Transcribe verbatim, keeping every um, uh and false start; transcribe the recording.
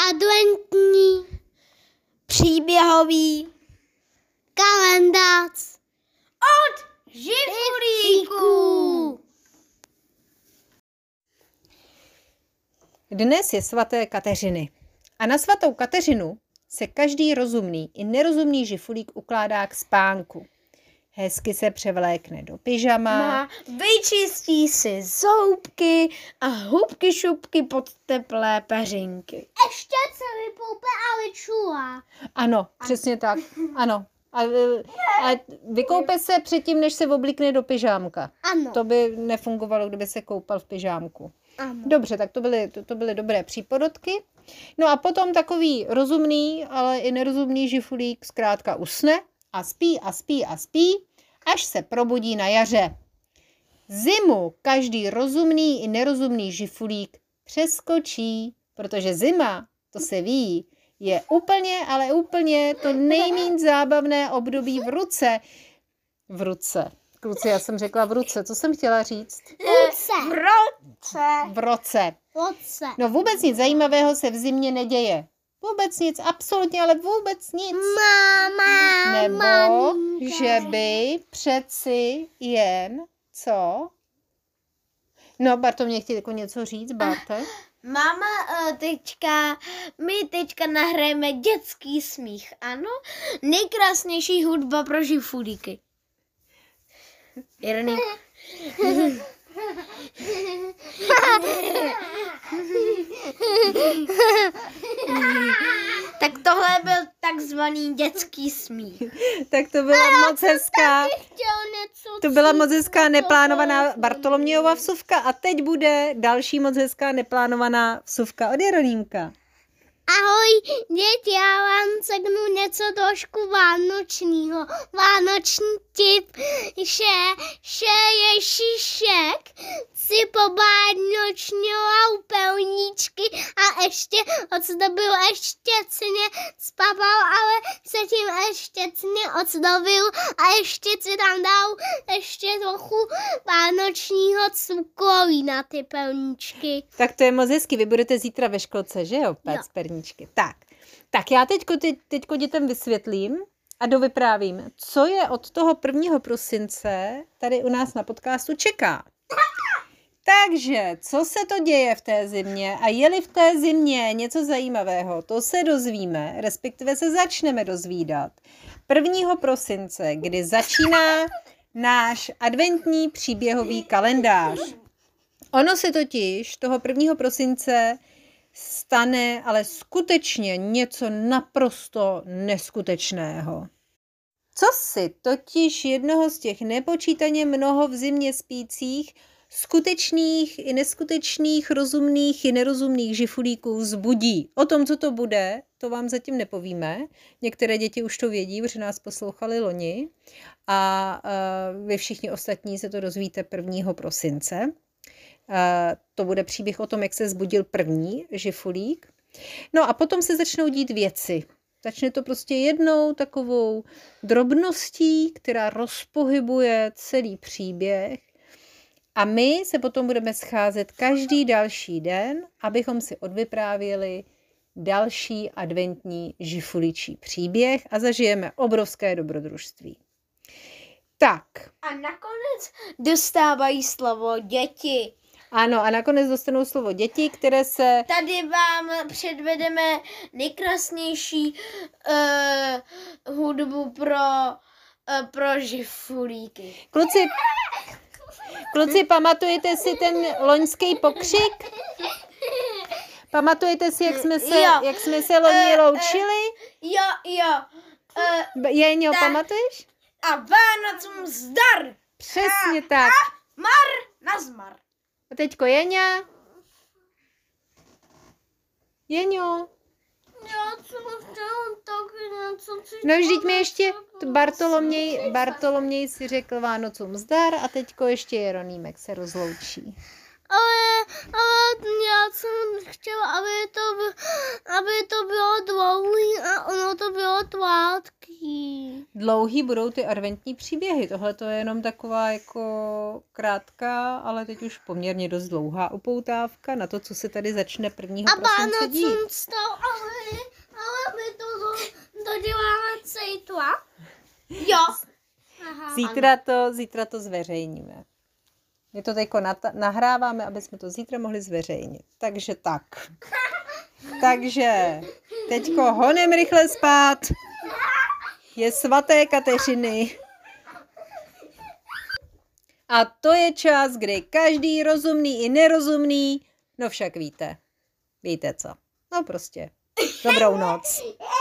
adventní příběhový kalendář od Žifulíků. Dnes je svaté Kateřiny a na svatou Kateřinu se každý rozumný i nerozumný žifulík ukládá k spánku. Hezky se převlékne do pyžama, Vyčistí si zoubky a hubky šupky pod teplé peřinky. ještě se vypoupe a vyčula. Ano, přesně tak. Ano. A, a vykoupe se předtím, než se oblíkne do pyžámka. Ano. To by nefungovalo, kdyby se koupal v pyžámku. Ano. Dobře, tak to byly, to, to byly dobré přípodotky. No a potom takový rozumný, ale i nerozumný žifulík zkrátka usne a spí a spí a spí, až se probudí na jaře. Zimu každý rozumný i nerozumný žifulík přeskočí, protože zima, to se ví, je úplně, ale úplně to nejméně zábavné období v ruce. V ruce. Kluci, já jsem řekla v ruce. Co jsem chtěla říct? Ruce. V roce. V roce. Ruce. No vůbec nic zajímavého se v zimě neděje. Vůbec nic, absolutně, ale vůbec nic. Mama, Nebo, maminka. že by přeci jen, co? No, Barto, mě chtěl jako něco říct, Barte? Máma, uh, teďka, my teďka nahrajeme dětský smích, ano? Nejkrásnější hudba pro žifulíky. Jirný. Tak tohle byl takzvaný dětský smích. Tak to byla moc hezká. Chtěl něco To byla moc hezká neplánovaná Bartolomějova vsuvka a teď bude další moc hezká neplánovaná vsuvka od Jeronýmka. Ahoj, děti, já vám řeknu něco trošku vánočního. Vánoční tip, že, že Ježíšek si pobádnočňoval pelníčky a ještě odzdobil ještě cně spával, ale se tím ještě cně odzdobil a ještě si tam dal ještě trochu vánočního cukroví na ty pelníčky. Tak to je moc hezky, vy budete zítra ve školce, že jo, péct perníčky. Tak, tak já teďko, teď, teďko dětem vysvětlím a dovyprávím, co je od toho prvního prosince tady u nás na podcastu čeká. Takže, co se to děje v té zimě a je-li v té zimě něco zajímavého, to se dozvíme, respektive se začneme dozvídat prvního prosince, kdy začíná náš adventní příběhový kalendář. Ono se totiž toho prvního prosince stane ale skutečně něco naprosto neskutečného. Co si totiž jednoho z těch nepočítaně mnoho v zimě spících, skutečných i neskutečných, rozumných i nerozumných žifulíků vzbudí. O tom, co to bude, to vám zatím nepovíme. Některé děti už to vědí, protože nás poslouchali loni a uh, vy všichni ostatní se to dozvíte prvního prosince. Uh, to bude příběh o tom, jak se zbudil první žifulík. No a potom se začnou dít věci. Začne to prostě jednou takovou drobností, která rozpohybuje celý příběh. A my se potom budeme scházet každý další den, abychom si odvyprávěli další adventní žifulíčí příběh a zažijeme obrovské dobrodružství. Tak. A nakonec dostávají slovo děti. Ano, a nakonec dostanou slovo děti, které se... Tady vám předvedeme nejkrásnější uh, hudbu pro, uh, pro žifulíky. Kluci, kluci, pamatujete si ten loňský pokřik? Pamatujete si, jak jsme se, Jo. jak jsme se loni Eh, loučili? Jo, jo. Uh, Jeňo, tak. pamatuješ? a Vánocům zdar. Přesně tak. Mar nazmar. A teďko Jeňa. Jeňo. Já jsem chtěla taky něco si... No vždyť mi ještě Bartoloměj, Bartoloměj si řekl Vánocům zdar a teďko ještě Jeronýmek se rozloučí. Ale, ale já jsem chtěla, aby to, by- aby to bylo dlouhý a ono to bylo tvátky. dlouhý. Dlouhý budou ty adventní příběhy. Tohle to je jenom taková jako krátká, ale teď už poměrně dost dlouhá upoutávka na to, co se tady začne prvního A prosince dít. Vánoce stál, ale, ale my to do, doděláme cejtla. Jo. Aha. Zítra to, zítra to zveřejníme. My to teďko nata- nahráváme, aby jsme to zítra mohli zveřejnit. Takže tak. Takže teďko honem rychle spát. Je svaté Kateřiny. A to je čas, kdy každý rozumný i nerozumný, no však víte. Víte co? No prostě. Dobrou noc.